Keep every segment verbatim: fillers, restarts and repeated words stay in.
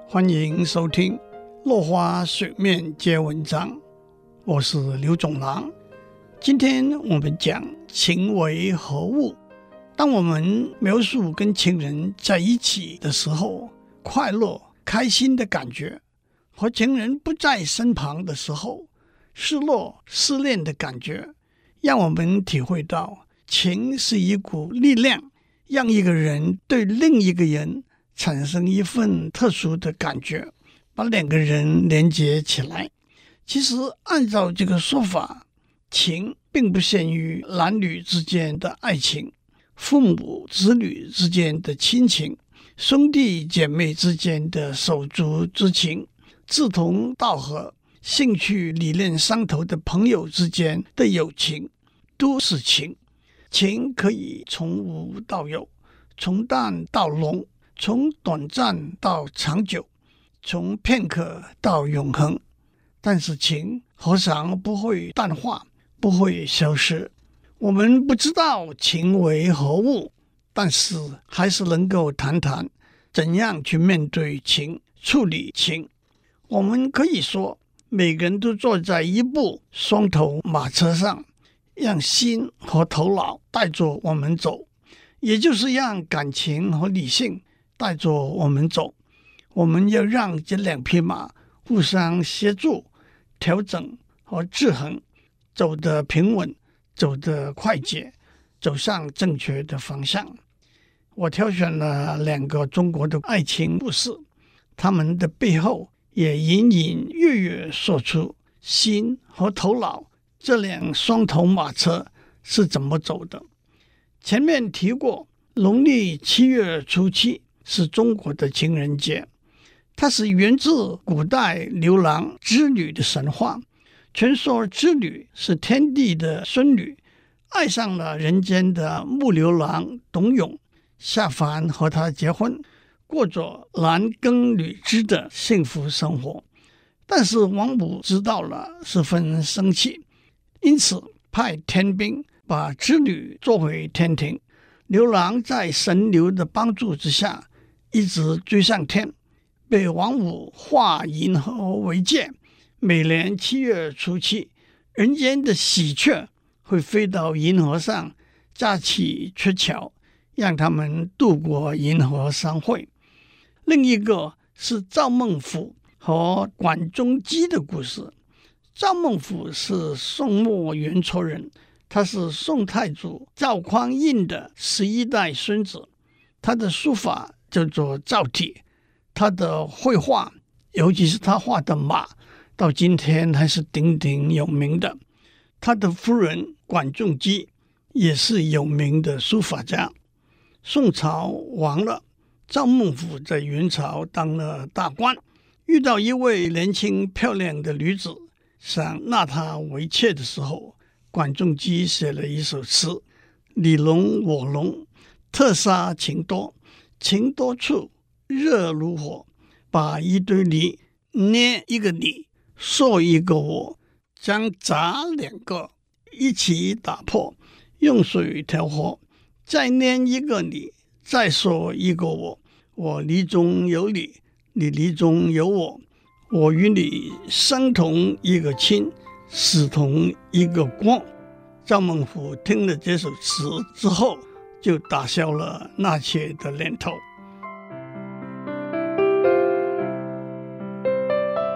欢迎收听落花水面皆文章，我是刘总郎。今天我们讲情为何物。当我们描述跟情人在一起的时候，快乐开心的感觉，和情人不在身旁的时候，失落失恋的感觉，让我们体会到情是一股力量，让一个人对另一个人产生一份特殊的感觉，把两个人连接起来。其实按照这个说法，情并不限于男女之间的爱情，父母子女之间的亲情，兄弟姐妹之间的手足之情，志同道合、兴趣理念相投的朋友之间的友情，都是情。情可以从无到有，从淡到浓，从短暂到长久，从片刻到永恒。但是情何尝不会淡化，不会消失。我们不知道情为何物，但是还是能够谈谈怎样去面对情，处理情。我们可以说，每个人都坐在一部双头马车上，让心和头脑带着我们走，也就是让感情和理性带着我们走。我们要让这两匹马互相协助、调整和制衡，走得平稳，走得快捷，走向正确的方向。我挑选了两个中国的爱情故事，他们的背后也隐隐约约说出心和头脑这辆双头马车是怎么走的。前面提过，农历七月初七是中国的情人节，它是源自古代牛郎织女的神话。传说织女是天帝的孙女，爱上了人间的木牛郎董永，下凡和他结婚，过着男耕女织的幸福生活。但是王母知道了，十分生气，因此派天兵把织女捉回天庭。牛郎在神牛的帮助之下，一直追上天，被王母化银河为界。每年七月初七，人间的喜鹊会飞到银河上，架起鹊桥，让他们渡过银河相会。另一个是赵孟頫和管仲基的故事。赵孟頫是宋末元初人，他是宋太祖赵匡胤的十一代孙子，他的书法叫做赵体，他的绘画，尤其是他画的马，到今天还是鼎鼎有名的。他的夫人管仲基也是有名的书法家。宋朝亡了，赵孟頫在元朝当了大官，遇到一位年轻漂亮的女子，想纳她为妾的时候，管仲基写了一首词：你侬我侬，特杀情多，情多处，热如火。把一堆泥捏一个你，塑一个我，将杂两个一起打破，用水调和，再捏一个你，再塑一个我。我泥中有你，你泥中有我，我与你生同一个亲，死同一个光。赵孟頫听了这首词之后，就打消了纳妾的念头。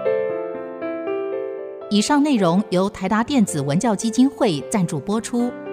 以上内容由台达电子文教基金会赞助播出。